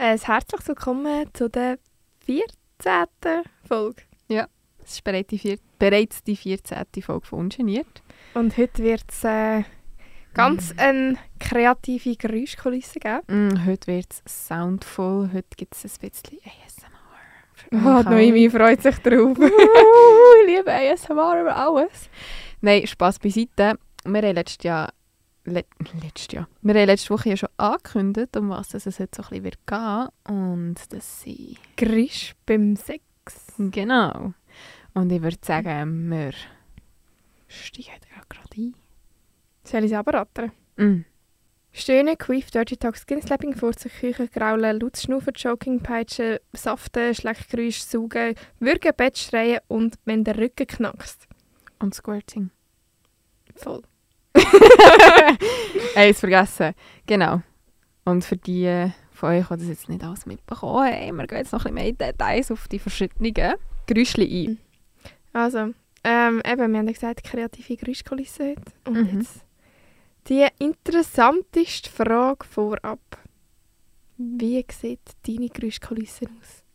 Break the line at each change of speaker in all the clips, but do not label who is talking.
Ein herzliches Willkommen zu der 14. Folge.
Ja, es ist bereits die 14. Folge von «Ungeniert».
Und heute wird es ganz eine kreative Geräuschkulisse geben.
Heute wird es soundvoll, heute gibt es ein bisschen ASMR.
Oh, Noemi freut sich drauf.
Ich liebe ASMR über alles. Nein, Spass beiseite. Wir haben letzte Woche ja schon angekündigt, um was es jetzt so ein bisschen wird gehen. Und das sind
Geräusch beim Sex.
Genau. Und ich würde sagen, wir steigen gerade ein.
Soll ich es aber rattern? Stöhnen, Queef, Dirty Talk, Skinslapping, Furzen, Küchen, Graulen, lautes Schnaufen, Joking, Peitschen, Saften, Schleckgeräusch, Saugen, Würgen, Bett, Schreien und wenn der Rücken knackst.
Und Squirting.
Voll.
Eins vergessen. Genau. Und für die von euch, die das jetzt nicht alles mitbekommen haben, wir gehen jetzt noch ein bisschen mehr in Details auf die verschiedenen Geräusche ein.
Also, wir haben ja gesagt, kreative Geräuschkulisse heute. Und jetzt die interessanteste Frage vorab. Wie sieht deine Geräuschkulisse aus?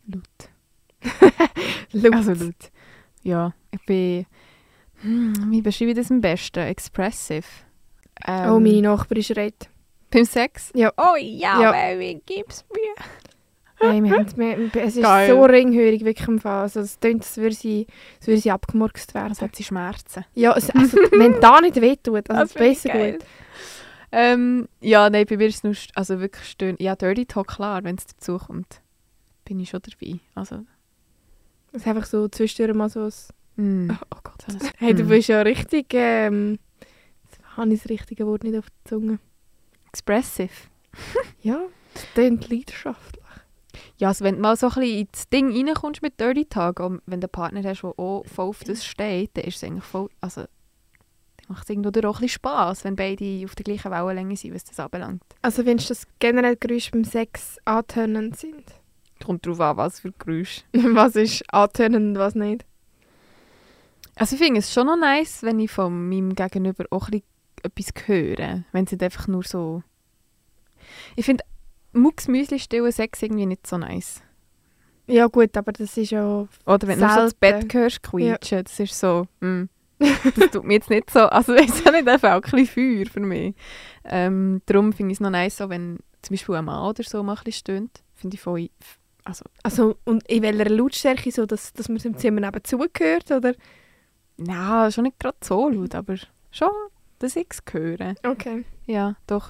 Laut. Also laut. Ja, ich bin... wie beschreibe ich das am besten? Expressive.
Oh, meine Nachbarin schreit.
Beim Sex?
Ja.
Oh ja, Baby, gib's mir.
Nein, es ist
Geil.
so ringehörig wirklich im Fall. Also, es klingt, als würde sie abgemurkst werden.
Also hat sie Schmerzen.
Ja, also, wenn da nicht wehtut, also das besser gut.
Ja, nein, bei mir ist es nur also wirklich stöhnen. Ja, Dirty Talk, klar, wenn es dazu kommt, bin ich schon dabei. Also.
Es ist einfach so zwischendurch mal so ein... Oh Gott.
So
Hey, du bist ja richtig... jetzt habe ich das richtige Wort nicht auf der Zunge.
Expressive.
Ja, das klingt leidenschaftlich.
Ja, also wenn du mal so ein bisschen ins Ding reinkommst mit Dirty Talk, und wenn du einen Partner hast, der auch voll auf das steht, dann ist es eigentlich voll... Also, dann macht es irgendwo auch ein bisschen Spass, wenn beide auf der gleichen Wellenlänge sind, was das anbelangt.
Also findest du, dass generell Geräusche beim Sex antönend sind?
Kommt drauf an, was für Geräusche.
Was ist antönend und was nicht?
Also ich finde es schon noch nice, wenn ich von meinem Gegenüber auch ein bisschen etwas höre. Wenn es nicht einfach nur so... Ich finde Mucksmüsli stillen Sex irgendwie nicht so nice.
Ja gut, aber das ist ja
Oder wenn du nur so das Bett hörst, quietschen, das ist so... das tut mir jetzt nicht so... Also es ist ja nicht einfach auch ein bisschen Feuer für mich. Darum finde ich es noch nice, so, wenn zum Beispiel ein Mann oder so mal ein bisschen stöhnt. Finde ich voll...
Also und in welcher Lautstärke, so, dass man es im Zimmer nebenzu hört, oder?
Ja, schon nicht gerade so laut, aber schon, dass ich es höre.
Okay.
Ja, doch.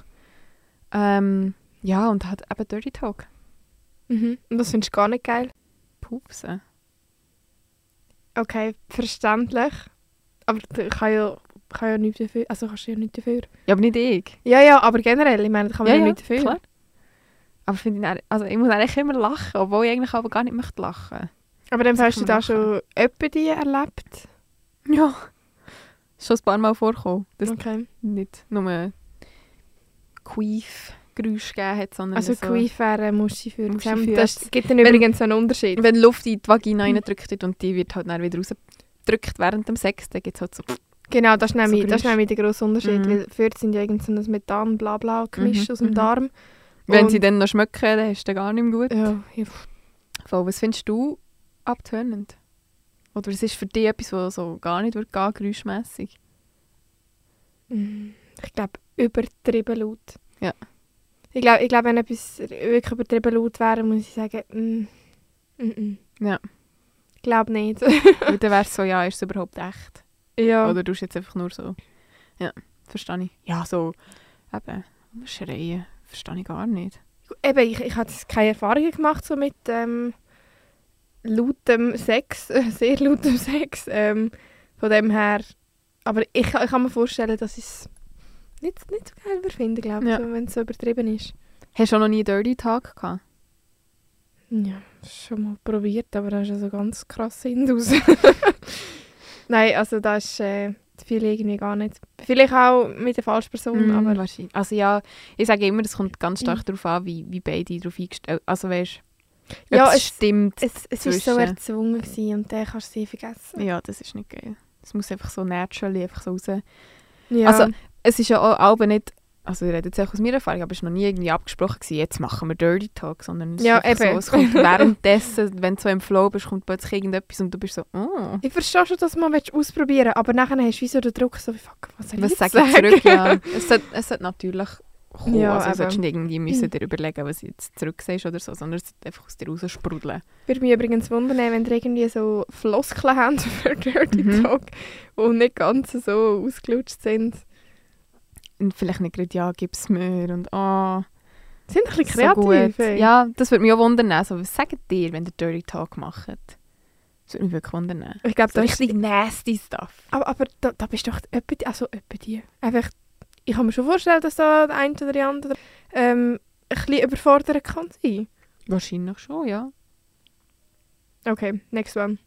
Ja, und hat eben Dirty Talk.
Und das findest du gar nicht geil?
Pupsen.
Okay, verständlich. Aber du kann ja nichts dafür. Also kannst du ja nichts dafür.
Ja, aber nicht ich.
Ja, aber generell, ich meine, da kann man ja nichts dafür.
Klar. Aber ich muss eigentlich immer lachen, obwohl ich eigentlich aber gar nicht möchte lachen.
Aber dann hast du da
lachen.
schon etwa die erlebt?
Ja. Ist schon ein paar Mal vorgekommen, dass
Okay.
nicht nur Queef-Geräusche gegeben hat, sondern
Also
so...
Queef wäre Muschi für
Muschi
zusammen.
für-
Das gibt dann übrigens einen Unterschied.
Wenn Luft in die Vagina reingedrückt wird und die wird halt dann wieder rausgedrückt während dem Sex, dann gibt es halt so...
Genau, das ist nämlich,
so
das ist nämlich der grosse Unterschied.
Mhm.
Weil Fürth sind ja irgend so ein Methan-Blabla-Gemisch aus dem Darm.
Wenn
Und-
sie dann noch schmecken, dann ist es gar nicht mehr gut.
Ja.
Voll, was findest du abtönend? Oder was ist für dich etwas, was so gar nicht wird gehen, geräuschmässig?
Ich glaube, übertrieben laut.
Ja.
Ich glaube, wenn etwas wirklich übertrieben laut wäre, muss ich sagen,
Ja.
Ich glaube nicht.
Weil dann wäre es so, ja, ist es überhaupt echt?
Ja.
Oder tust du jetzt einfach nur so... Ja, verstehe ich. Ja, so... Eben, schreien, verstehe ich gar nicht.
Eben, ich habe keine Erfahrungen gemacht so mit lautem Sex, sehr lautem Sex. Von dem her, aber ich kann mir vorstellen, dass ich es nicht so geil würde finden, glaube ich,
Ja.
so, wenn es so übertrieben ist.
Hast du auch noch nie einen Dirty Talk gehabt?
Ja, schon mal probiert, aber da ist also ganz krass Hindus. Nein, also das ist viel irgendwie gar nicht. Vielleicht auch mit der falschen Person, aber...
wahrscheinlich. Also ja, ich sage immer, es kommt ganz stark darauf an, wie beide darauf eingestellt... Also weißt du,
Ja,
es stimmt.
Es war so
zwischen-
erzwungen gewesen und dann kannst du sie vergessen.
Ja, das ist nicht geil. Es muss einfach so naturally einfach so raus.
Ja.
Also, es ist ja auch aber nicht also ich rede jetzt auch aus meiner Erfahrung, aber es war noch nie irgendwie abgesprochen gewesen, jetzt machen wir Dirty Talk, sondern es
Ja,
ist einfach
eben.
so, es kommt währenddessen, wenn du so im Flow bist, kommt plötzlich irgendetwas und du bist so, oh.
Ich verstehe schon, dass du mal ausprobieren willst, aber nachher hast du wie so den Druck, so wie, fuck, was soll ich
Was
jetzt
sage ich
sagen?
zurück? Ja. Es sollte natürlich kommen,
Ja,
also du
eben.
solltest nicht irgendwie müssen dir überlegen, was du jetzt zurück sagst oder so, sondern es sollte einfach aus dir raus sprudeln.
Würde mich übrigens wundern, wenn ihr irgendwie so Floskeln habt für Dirty Talk, die nicht ganz so ausgelutscht sind.
Und vielleicht nicht gerade, ja, gib's mir und
Sind ein bisschen
so
kreativ.
gut. Ja, das würde mich auch wundern. Also, was sagt ihr, wenn ihr Dirty Talk macht? Das würde mich wirklich wundern.
Ich glaube,
So
da ist
richtig nasty Stuff.
aber da bist du doch etwa die. Einfach, ich kann mir schon vorstellen, dass da der eine oder die andere ein bisschen überfordert kann sein.
Wahrscheinlich schon, ja.
Okay, next one.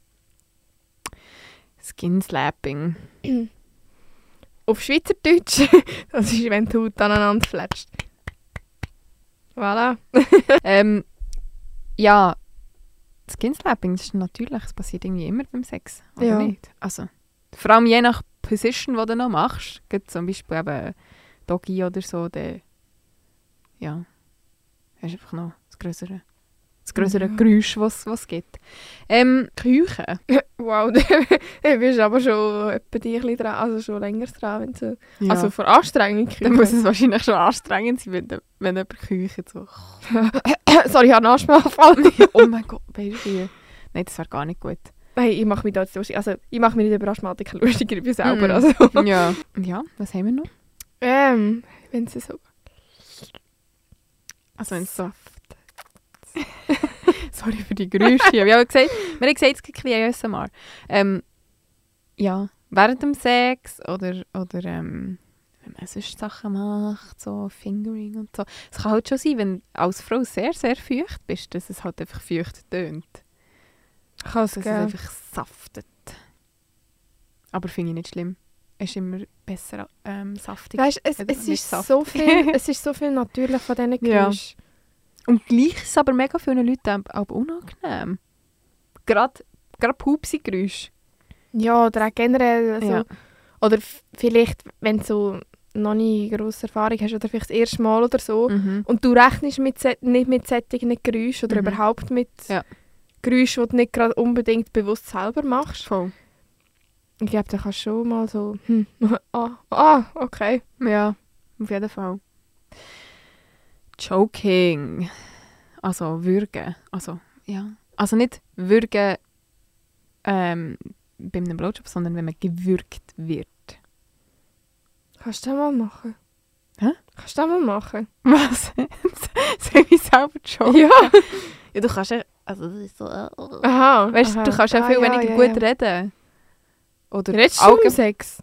Skin-Slapping.
Auf Schweizerdeutsch, das ist, wenn du Haut aneinander fletscht. Voilà.
Ja, Skin-Slapping ist natürlich, es passiert irgendwie immer beim Sex, oder
Ja.
nicht? Also, vor allem je nach Position, die du noch machst, gibt zum Beispiel eben Doggy oder so, dann ja, hast du einfach noch das größere
Ja.
Geräusch, was es gibt. Küche.
Wow, du bist aber schon etwa die ein bisschen dran, also schon länger dran. Wenn so,
Ja.
Also vor Anstrengung.
Dann muss es wahrscheinlich schon anstrengend sein, wenn jemand Küche so...
Sorry, ich habe einen Asthmaanfall.
Oh mein Gott, weißt du wie? Nein, das wäre gar nicht gut.
Nein, ich mache mich da jetzt lustig. Also, ich mache mich nicht über Asthmatik lustiger über selber.
Mhm.
Also.
Ja. Ja, was haben wir noch?
Wenn sie so...
Also wenn es so... Sorry für die Geräusche. Wir haben gesagt, es gibt ein bisschen ASMR. Ja, während dem Sex oder wenn man sonst Sachen macht, so Fingering und so. Es kann halt schon sein, wenn du als Frau sehr, sehr feucht bist, dass es halt einfach feucht tönt.
Kann es
Dass es
geben.
einfach saftet. Aber finde ich nicht schlimm. Es ist immer besser saftig.
Weißt, es
Nicht
ist
Saft.
so viel, es ist so viel natürlich von diesen
Ja.
Geräuschen.
Und gleich ist es aber mega vielen Leuten auch unangenehm. Gerade Pupsi-Geräusche.
Ja, oder auch generell. Also,
Ja.
Oder vielleicht, wenn du so noch nie grosse Erfahrung hast oder vielleicht das erste Mal oder so
Mhm.
und du rechnest nicht mit solchen Geräuschen oder
Mhm.
überhaupt mit
Ja.
Geräuschen, die du nicht gerade unbedingt bewusst selber machst.
Voll.
Ich glaube, da kannst du schon mal so, okay.
Ja, auf jeden Fall. Choking. Also würgen. Also, ja. Also nicht würgen bei einem Blowjob, sondern wenn man gewürgt wird.
Kannst du das mal machen?
Hä?
Kannst du das mal machen?
Was? Soll ich selber choken?
Ja.
Ja, du kannst ja... Also das ist so...
Aha.
Weißt du,
aha.
du kannst ja viel weniger gut reden. Oder
Redest du um Sex?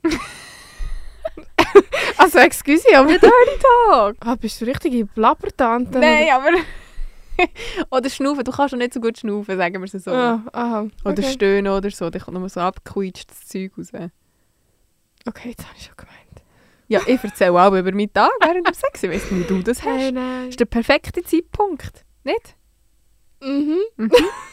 Also, excuse, aber...
Dirty Talk!
Ah, bist du richtige Blabbertante?
Nein, aber... Oder schnaufen. Du kannst schon nicht so gut schnaufen, sagen wir es so.
Ah, aha.
Oder
Okay.
stöhnen oder so. Da kommt nur so abgequetschtes Zeug raus.
Okay, jetzt habe ich schon gemeint.
Ja, ich erzähle auch über meinen Tag während dem Sex. Ich weiss nicht, wie du das hast.
Nein,
Das
nein.
ist der perfekte Zeitpunkt. Nicht?
Mhm.
Mhm.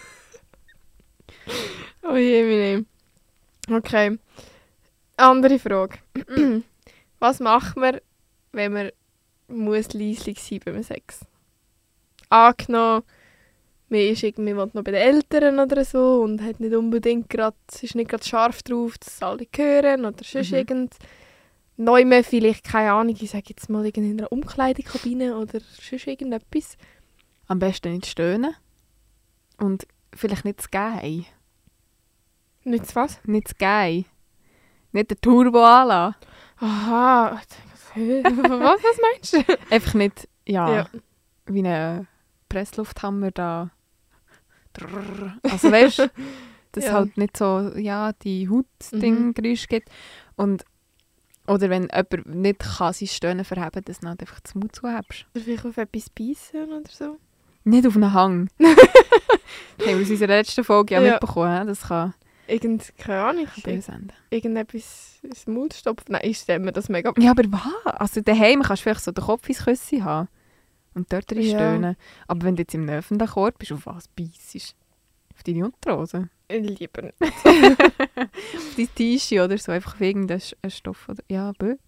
Oh je, meine. Okay. Andere Frage. Was macht man, wenn man muss leislich sein beim Sex? Angenommen, man ist irgendwie will noch bei den Eltern oder so und hat nicht unbedingt grad, ist nicht gerade scharf drauf, dass es alle hören oder sonst
Mhm.
irgend Neume vielleicht, keine Ahnung, ich sage jetzt mal in einer Umkleidekabine oder sonst irgendetwas.
Am besten nicht stöhnen. Und vielleicht nicht zu gehen.
Nicht zu was?
Nicht zu gehen. Nicht den Turbo anlassen.
Aha. Was meinst du?
Einfach nicht,
Ja.
wie ein Presslufthammer da. Drrrr. Also weißt du, dass
Ja.
halt nicht so, ja, die Haut-Ding-Geräusche gibt. Und, oder wenn jemand nicht kann sein Stöhnen verheben, dass du dann einfach den Mund zuhebst.
Oder vielleicht auf etwas beißen oder so.
Nicht auf einen Hang. Das haben wir aus unserer letzten Folge ja
Ja.
mitbekommen. he? Das kann
Keine Ahnung.
böse enden.
Irgendetwas ins Mund stopfen. Nein, ich stelle mir das mega...
Ja, aber was? Also daheim kannst du vielleicht so den Kopf ins Küsschen haben und dort drin
Ja.
stöhnen. Aber wenn du jetzt im öffentlichen Korb bist, auf was beissest? Auf deine Unterhose?
Lieber nicht.
Auf dein T-Shirt oder so, einfach auf irgendeinen Stoff. Oder, ja, bö.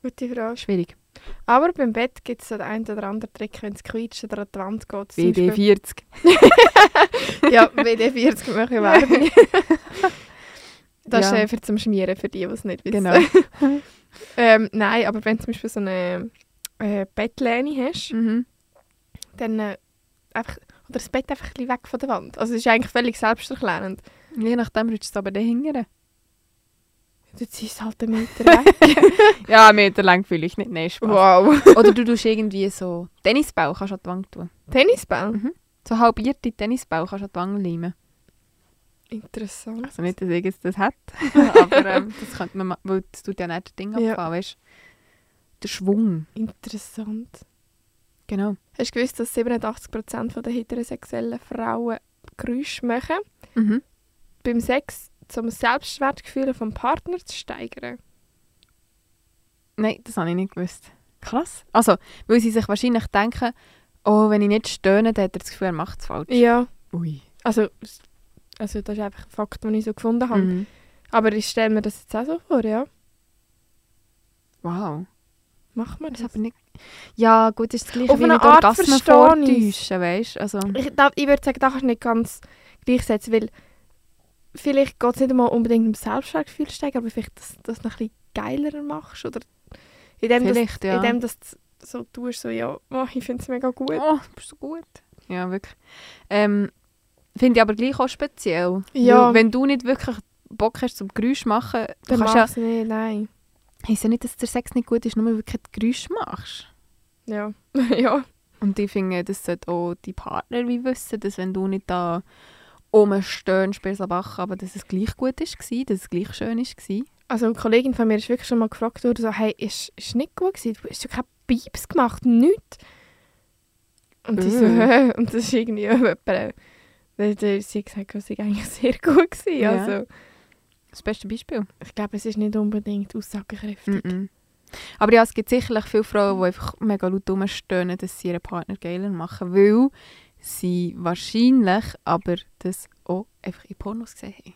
Gute Frage.
Schwierig.
Aber beim Bett gibt es so den einen oder anderen Trick, wenn es quietscht oder an die Wand geht.
WD-40.
Ja, WD-40 mache ich Werbung. Das ist einfach zum Schmieren, für die es nicht wissen.
Genau.
Nein, aber wenn du zum Beispiel so eine Bettlehne hast, dann einfach, oder das Bett einfach ein bisschen weg von der Wand. Also es ist eigentlich völlig selbsterklärend.
Je nachdem rutscht es aber dahinter.
Du ziehst halt einen Meter weg.
Ja, 1 Meter lang fühle ich nicht. Nein, Spaß.
Wow.
Oder du tust irgendwie so Tennisball kannst du an die Wand tun.
Tennisball?
So halbierte Tennisball kannst du an die Wand leimen.
Interessant.
Also nicht, dass ich jetzt das hätte, aber das könnte man weil das tut ja nicht das Ding abfahren, weißt du? Der Schwung.
Interessant.
Genau.
Hast du gewusst, dass 87% der heterosexuellen Frauen Geräusche machen? Beim Sex, um das Selbstwertgefühl vom Partner zu steigern?
Nein, das habe ich nicht gewusst. Krass. Also, weil sie sich wahrscheinlich denken, oh, wenn ich nicht stöhne, dann hat er das Gefühl, er macht es falsch.
Ja.
Ui.
Also das ist einfach ein Fakt, den ich so gefunden habe. Aber ich stelle mir das jetzt auch so vor, ja.
Wow.
Macht man das?
Aber nicht... Ja, gut, ist das gleiche
Auf
wie
eine
mit
Art
Orgasmen
verstehe
vortäuschen, weißt du? Also.
Ich würde sagen, da kannst du nicht ganz gleichsetzen, weil vielleicht geht es nicht einmal unbedingt um Selbstwertgefühl steigen, aber vielleicht, dass du das noch ein bisschen geiler machst. Oder indem du das so tust, so, ja, oh, ich finde es mega gut.
Oh, bist so gut. Ja, wirklich. Finde ich aber gleich auch speziell.
Ja.
Weil, wenn du nicht wirklich Bock hast zum Geräusch machen,
dann
kannst
ja nicht, nein.
Heisst ja nicht, dass der Sex nicht gut ist, nur weil du wirklich Geräusch machst.
Ja. Ja.
Und ich finde, das sollte auch die Partner wie wissen, dass wenn du nicht da rumstöhnst bei so Sachen, aber dass es gleich gut war, dass es gleich schön war.
Also eine Kollegin von mir ist wirklich schon mal gefragt worden, so, hey, ist nicht gut gewesen? Du hast ja keine Pieps gemacht, nichts. Und sie so, und das ist irgendwie jemand, sie hat gesagt, es sei eigentlich sehr gut gewesen.
Ja.
Also,
Das beste Beispiel.
ich glaube, es ist nicht unbedingt aussagekräftig.
Aber ja, es gibt sicherlich viele Frauen, die einfach mega laut rumstöhnen, dass sie ihren Partner geiler machen, weil sie wahrscheinlich aber das auch einfach in Pornos gesehen haben.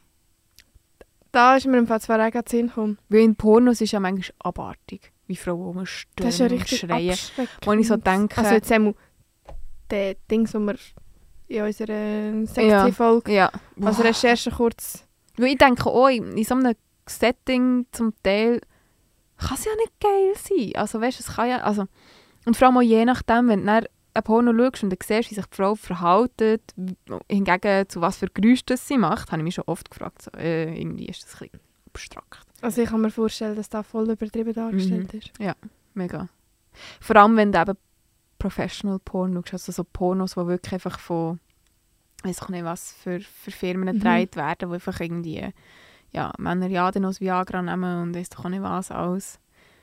Da ist mir im Fall zwar auch gerade Sinn gekommen.
Weil in Pornos ist ja manchmal abartig, wie Frauen rumstöhnen
Das ist ja
und
richtig
schreien.
abschreckend.
Wo ich so denke...
Also jetzt einmal der Ding, wo wir in unserer Sektion-Folge als Recherche kurz...
Weil ich denke auch, in so einem Setting zum Teil kann es ja nicht geil sein. Also weißt, es kann ja... Also, und vor allem auch je nachdem, wenn du dann ein Porno schaust und dann siehst, wie sich die Frau verhält, hingegen zu was für Geräusche das sie macht, habe ich mich schon oft gefragt. So, irgendwie ist das ein bisschen abstrakt.
Also ich kann mir vorstellen, dass das voll übertrieben dargestellt ist.
Ja, mega. Vor allem, wenn du eben Professional Porno schaust, also so Pornos, die wirklich einfach von, weiß ich nicht was, für Firmen gedreht werden, die einfach irgendwie Männer ja dann aus Viagra nehmen und weiss doch auch nicht was alles.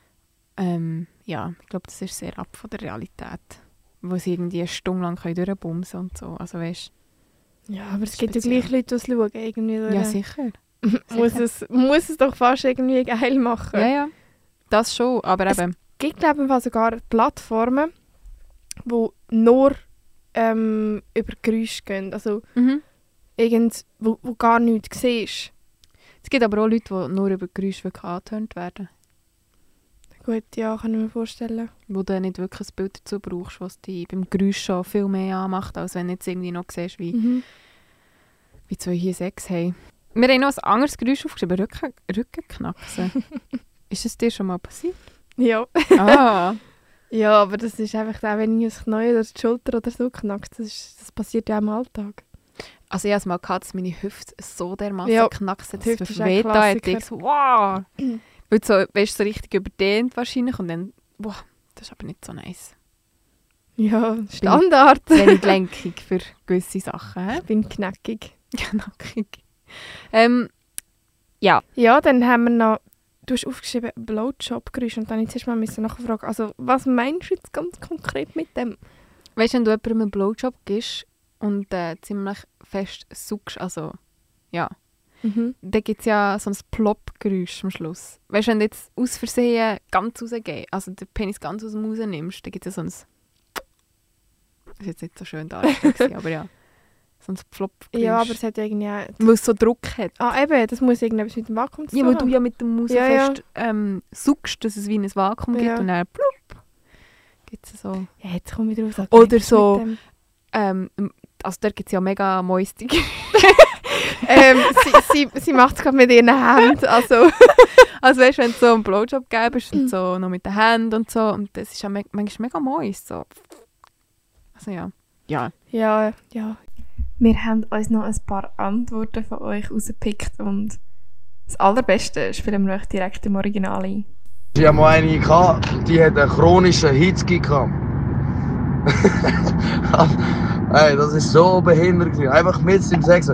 Ich glaube, das ist sehr ab von der Realität. Wo sie irgendwie eine Stunde lang durchbumsen und so. Also weißt,
ja, aber es gibt ja gleich Leute, die es schauen. Irgendwie,
ja, sicher.
muss es doch fast irgendwie geil machen.
Ja, das schon, aber eben...
Es gibt, glaube ich, sogar Plattformen, die nur über Geräusche gehen. Also wo gar nichts siehst.
Es gibt aber auch Leute, die nur über Geräusche angetönt werden.
Gut, ja, kann ich mir vorstellen.
Wo du nicht wirklich ein Bild dazu brauchst, was dich beim Geräusch schon viel mehr anmacht, als wenn du jetzt irgendwie noch siehst, wie zwei hier Sex haben. Wir haben noch ein anderes Geräusch aufgeschrieben, Rückenknacksen. Ist es dir schon mal passiert?
Ja.
Ah.
Ja, aber das ist einfach auch, wenn ich ein Knie oder die Schulter oder so knackt. Das passiert ja auch im Alltag.
Also ich hatte es mal gehabt, dass meine Hüfte so dermassen knackt, dass es weh da hat. Ich so, wow! Weil du so, weißt, so richtig überdehnt wahrscheinlich und dann, boah, das ist aber nicht so nice.
Ja, Standard.
Wenig gelenkig für gewisse Sachen.
Ich bin knackig.
Knackig.
Ja, dann haben wir noch, du hast aufgeschrieben, Blowjob-Geräusch und dann jetzt erst mal nachfragen, also was meinst du jetzt ganz konkret mit dem?
Weißt du, wenn du jemandem einen Blowjob gibst und ziemlich fest saugst, also ja, dann gibt es ja so ein Plop-Geräusch am Schluss. Weißt du, wenn du jetzt aus Versehen ganz rausgehst, also den Penis ganz aus dem rausnimmst, dann gibt es ja so ein... Das ist jetzt nicht so schön dargestellt, aber ja. So ein Flop.
Ja, aber es hat irgendwie auch...
Weil es so Druck hat.
Eben, das muss irgendetwas mit dem Vakuum zu tun
haben. Ja, weil du ja mit dem Maus fest saugst, dass es wie ein Vakuum gibt und dann plupp, gibt es so...
Ja, jetzt komme ich drauf.
Oder so... also da gibt es ja mega moiste
sie macht es gerade mit ihren Händen, also
weißt du, wenn du so einen Blowjob gibst und so noch mit den Händen und so, und das ist ja manchmal mega moist, so. Also ja.
Ja. Wir haben uns noch ein paar Antworten von euch rausgepickt und das Allerbeste spielen wir euch direkt im Original ein.
Ich hatte mal eine, die hat einen chronischen Hitzki gehabt. Hey, das war so behindert. Einfach mit im Sex.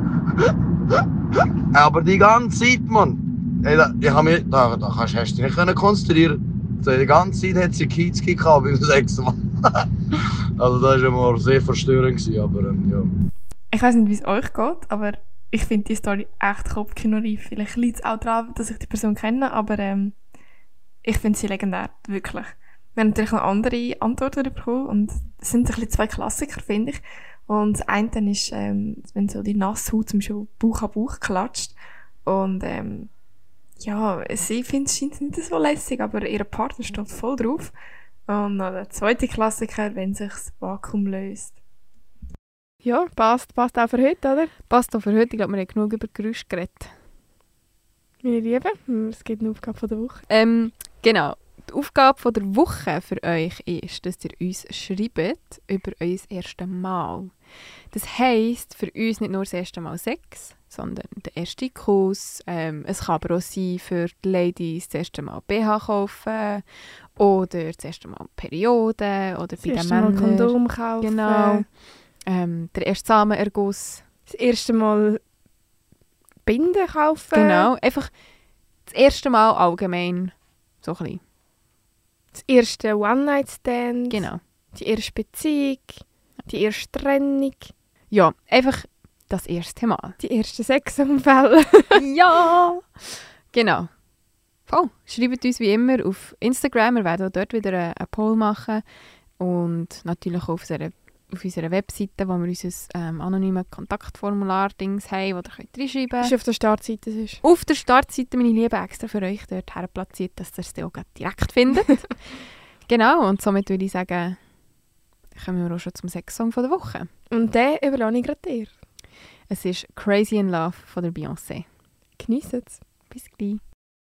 Aber die ganze Zeit, Mann. Hey, da hast du dich nicht konzentrieren. Die ganze Zeit hat sie Hitzki gehabt beim Sex. Also das war immer sehr verstörend. Aber ja.
Ich weiß nicht, wie es euch geht, aber ich finde die Story echt kopfkinoreif. Vielleicht liegt es auch daran, dass ich die Person kenne, aber ich finde sie legendär, wirklich. Wir haben natürlich noch andere Antworten bekommen und es sind ein bisschen zwei Klassiker, finde ich. Und das eine ist, wenn so die nasse Haut zum Beispiel Bauch an Bauch klatscht und ja, sie findet es scheint nicht so lässig, aber ihr Partner steht voll drauf. Und noch der zweite Klassiker, wenn sich das Vakuum löst. Ja, passt auch für heute, oder?
Passt auch für heute. Ich glaube, wir haben genug über Geräusche geredet.
Meine Lieben, es gibt eine Aufgabe von der Woche.
Genau. Die Aufgabe von der Woche für euch ist, dass ihr uns schreibt über euer erstes Mal. Das heisst, für uns nicht nur das erste Mal Sex, sondern der erste Kuss. Es kann aber auch sein, für die Ladies das erste Mal BH kaufen oder das erste Mal Periode oder bei den Männern.
Das erste Mal Kondom kaufen.
Genau. Der erste Samenerguss.
Das erste Mal Binden kaufen.
Genau. Einfach das erste Mal allgemein so ein bisschen.
Das erste One-Night-Stand.
Genau.
Die erste Beziehung. Die erste Trennung.
Ja, einfach das erste Mal.
Die ersten Sexunfälle.
Ja! Genau. Voll. Schreibt uns wie immer auf Instagram. Wir werden auch dort wieder einen Poll machen. Und natürlich auch auf unserer Webseite, wo wir unser anonymes Kontaktformular-Dings haben, wo ihr reinschreiben könnt.
Das ist auf der Startseite. Ist.
Auf der Startseite, meine Liebe, extra für euch dort herplatziert, dass ihr es dann auch direkt findet. Genau, und somit würde ich sagen, kommen wir auch schon zum Sexsong von der Woche.
Und den überlasse ich gerade dir.
Es ist «Crazy in Love» von der Beyoncé.
Genießt es.
Bis gleich.